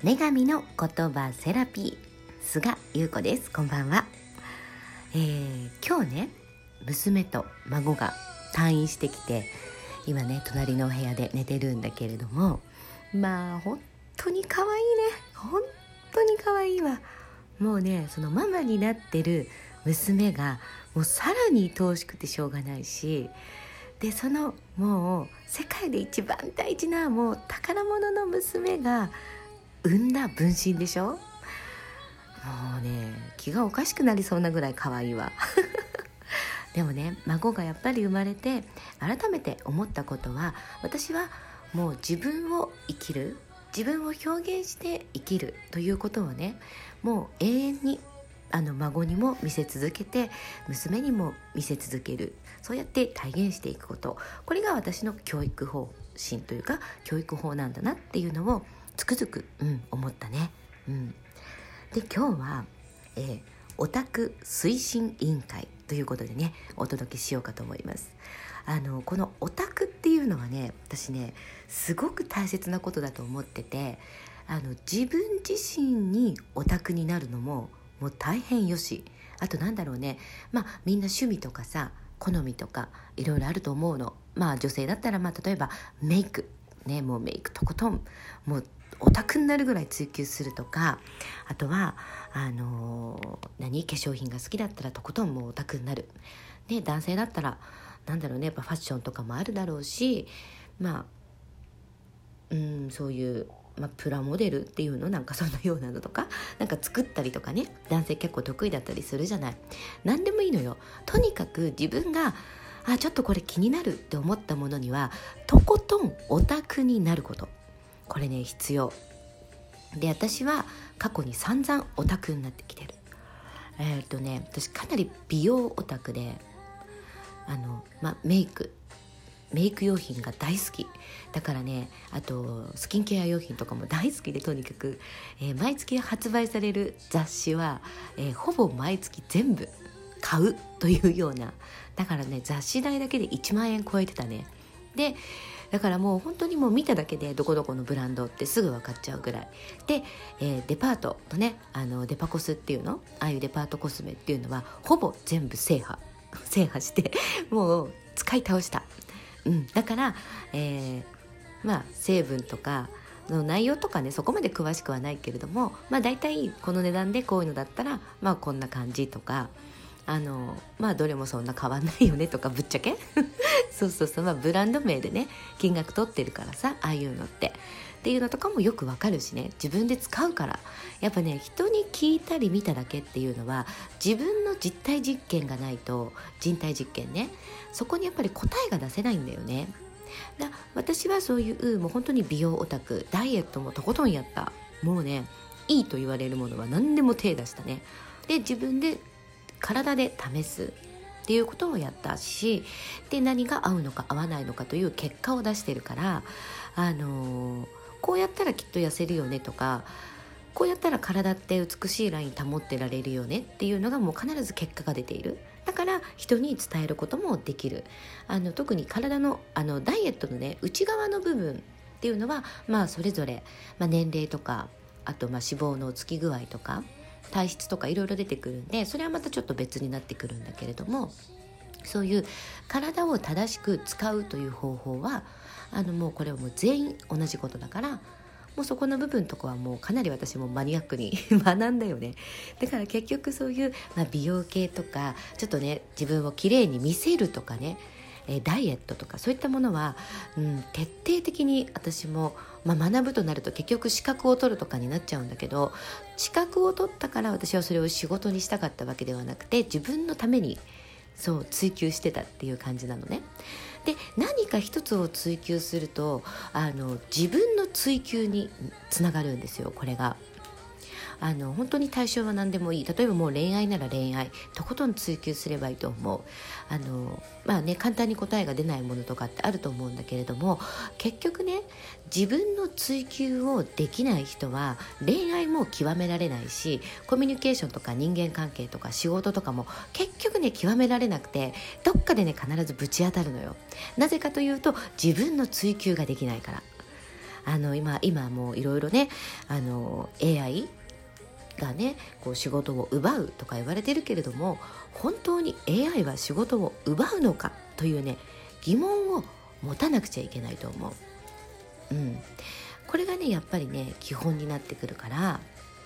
女神の言葉セラピー、菅優子です。こんばんは。今日ね、娘と孫が退院してきて、今ね隣のお部屋で寝てるんだけれども、まあ本当に可愛いね。本当に可愛いわ。もうね、そのママになってる娘がもうさらに愛おしくてしょうがないし、でそのもう世界で一番大事なもう宝物の娘が産んだ分身でしょ。もうね、気がおかしくなりそうなぐらい可愛いわでもね、孫がやっぱり生まれて改めて思ったことは、私はもう自分を生きる、自分を表現して生きるということをね、もう永遠に孫にも見せ続けて、娘にも見せ続ける、そうやって体現していくこと、これが私の教育方針というか教育法なんだなっていうのをつくづく、思ったね。で今日は、オタク推進委員会ということでね、お届けしようかと思います。このオタクっていうのはね、私ねすごく大切なことだと思ってて、自分自身にオタクになるのももう大変よし、あとなんだろうね、みんな趣味とかさ、好みとかいろいろあると思うの。女性だったら例えばメイクね、もうメイクとことんもうオタクになるぐらい追求するとか、あとは化粧品が好きだったらとことんもうオタクになる、ね、男性だったらなんだろうね、やっぱファッションとかもあるだろうし、そういう、プラモデルっていうの、なんかそのようなのとか、なんか作ったりとかね、男性結構得意だったりするじゃない。何でもいいのよ。とにかく自分がちょっとこれ気になるって思ったものにはとことんオタクになること、これね必要で、私は過去に散々オタクになってきてる。私かなり美容オタクで、メイク用品が大好きだからね、あとスキンケア用品とかも大好きで、とにかく、毎月発売される雑誌は、ほぼ毎月全部買うというような、だからね雑誌代だけで1万円超えてたね。でだからもう本当にもう見ただけでどこどこのブランドってすぐ分かっちゃうぐらいで、デパートとね、デパコスっていうの、ああいうデパートコスメっていうのはほぼ全部制覇してもう使い倒した。だから、成分とかの内容とかね、そこまで詳しくはないけれども、だいたいこの値段でこういうのだったらこんな感じとか、どれもそんな変わんないよねとか、ぶっちゃけそうブランド名でね金額取ってるからさ、ああいうのっていうのとかもよくわかるしね、自分で使うから。やっぱね、人に聞いたり見ただけっていうのは自分の実体実験がないと、人体実験ね、そこにやっぱり答えが出せないんだよね。私はそういうもう本当に美容オタク、ダイエットもとことんやった。もうね、いいと言われるものは何でも手出したね。で自分で体で試すっていうことをやったし、で何が合うのか合わないのかという結果を出してるから、こうやったらきっと痩せるよねとか、こうやったら体って美しいライン保ってられるよねっていうのがもう必ず結果が出ている。だから人に伝えることもできる。特に体のダイエットのね内側の部分っていうのはそれぞれ、年齢とか、あと脂肪のつき具合とか体質とかいろいろ出てくるんで、それはまたちょっと別になってくるんだけれども、そういう体を正しく使うという方法はもうこれはもう全員同じことだから、もうそこの部分とかはもうかなり私もマニアックに学んだよね。だから結局そういう、美容系とか、ちょっとね自分をきれいに見せるとかね、ダイエットとかそういったものは、徹底的に私も、学ぶとなると結局資格を取るとかになっちゃうんだけど、資格を取ったから私はそれを仕事にしたかったわけではなくて、自分のためにそう追求してたっていう感じなのね。で何か一つを追求すると自分の追求につながるんですよ。これが本当に対象は何でもいい。例えばもう恋愛なら恋愛とことん追求すればいいと思う。簡単に答えが出ないものとかってあると思うんだけれども、結局ね自分の追求をできない人は恋愛も極められないし、コミュニケーションとか人間関係とか仕事とかも結局ね極められなくて、どっかでね必ずぶち当たるのよ。なぜかというと自分の追求ができないから。 今もういろいろねAI がねこう仕事を奪うとか言われてるけれども、本当に AI は仕事を奪うのかというね疑問を持たなくちゃいけないと思う。これがねやっぱりね基本になってくるから、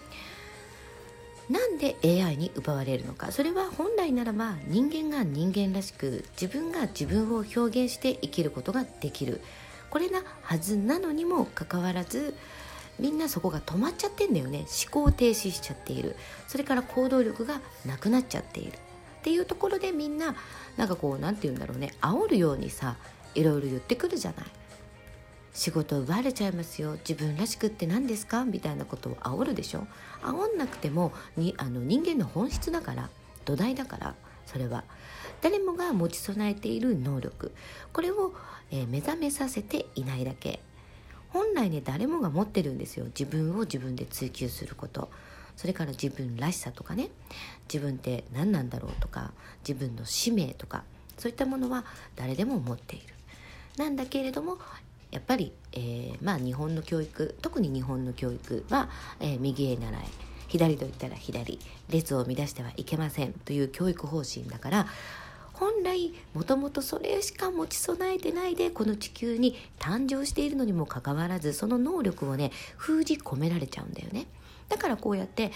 なんで AI に奪われるのか。それは本来ならば人間が人間らしく自分が自分を表現して生きることができる、これなはずなのにもかかわらず、みんなそこが止まっちゃってんだよね。思考停止しちゃっている。それから行動力がなくなっちゃっているっていうところで、みんななんかこうなんて言うんだろうね、煽るようにさいろいろ言ってくるじゃない。仕事奪われちゃいますよ、自分らしくって何ですかみたいなことを煽るでしょ。煽んなくても人間の本質だから、土台だから、それは誰もが持ち備えている能力、これを、目覚めさせていないだけ。本来ね誰もが持ってるんですよ。自分を自分で追求すること、それから自分らしさとかね、自分って何なんだろうとか、自分の使命とか、そういったものは誰でも持っている。なんだけれどもやっぱり、日本の教育、特に日本の教育は、右へ習え、左と言ったら左、列を乱してはいけませんという教育方針だから、本来もともとそれしか持ち備えてないでこの地球に誕生しているのにもかかわらず、その能力をね封じ込められちゃうんだよね。だからこうやって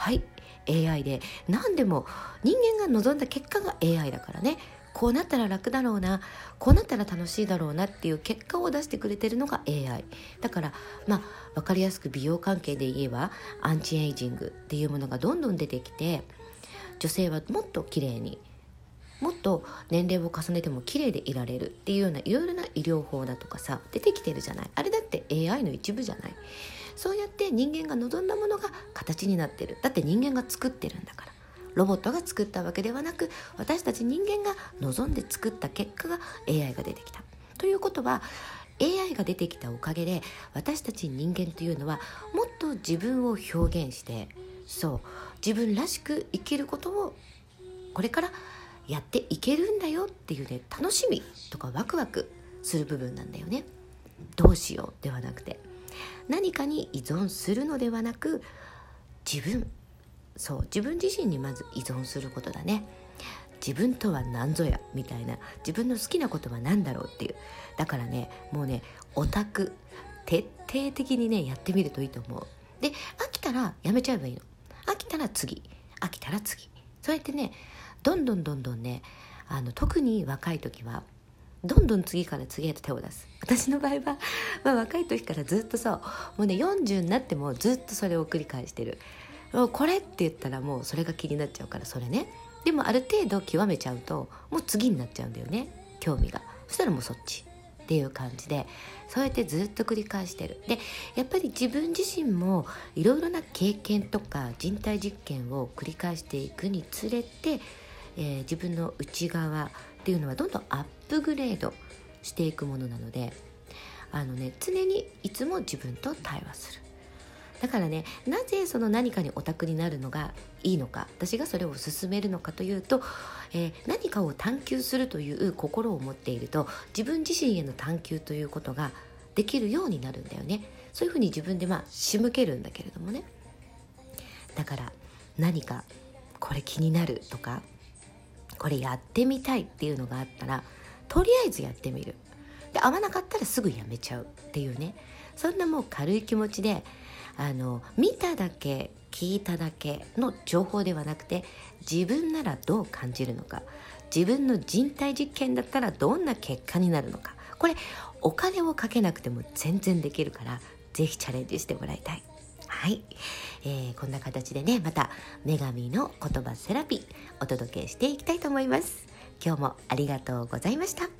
AI で何でも、人間が望んだ結果が AI だからね、こうなったら楽だろうな、こうなったら楽しいだろうなっていう結果を出してくれてるのが AI だから、分かりやすく美容関係で言えばアンチエイジングっていうものがどんどん出てきて、女性はもっと綺麗に、もっと年齢を重ねても綺麗でいられるっていうようないろいろな医療法だとかさ出てきてるじゃない。あれだって AI の一部じゃない。そうやって人間が望んだものが形になってる。だって人間が作ってるんだから。ロボットが作ったわけではなく、私たち人間が望んで作った結果が AI が出てきたということは、 AI が出てきたおかげで私たち人間というのはもっと自分を表現して、自分らしく生きることをこれからやっていけるんだよっていうね、楽しみとかワクワクする部分なんだよね。どうしようではなくて、何かに依存するのではなく、自分自身にまず依存することだね。自分とは何ぞやみたいな、自分の好きなことは何だろうっていう。だからねもうねオタク徹底的にねやってみるといいと思う。で飽きたらやめちゃえばいいの。飽きたら次、飽きたら次、そうやってねどんどんね特に若い時はどんどん次から次へと手を出す。私の場合は、若い時からずっともうね40になってもずっとそれを繰り返してる。これって言ったらもうそれが気になっちゃうから、それね。でもある程度極めちゃうともう次になっちゃうんだよね、興味が。そしたらもうそっちっていう感じで、そうやってずっと繰り返してる。でやっぱり自分自身もいろいろな経験とか人体実験を繰り返していくにつれて、自分の内側っていうのはどんどんアップグレードしていくものなので、常にいつも自分と対話する。だからね、なぜその何かにオタクになるのがいいのか、私がそれを勧めるのかというと、何かを探求するという心を持っていると、自分自身への探求ということができるようになるんだよね。そういうふうに自分で仕向けるんだけれどもね。だから何かこれ気になるとか、これやってみたいっていうのがあったら、とりあえずやってみる。で合わなかったらすぐやめちゃうっていうね、そんなもう軽い気持ちで見ただけ聞いただけの情報ではなくて、自分ならどう感じるのか、自分の人体実験だったらどんな結果になるのか、これお金をかけなくても全然できるから、ぜひチャレンジしてもらいたい。はい、こんな形でね、また女神の言葉セラピーお届けしていきたいと思います。今日もありがとうございました。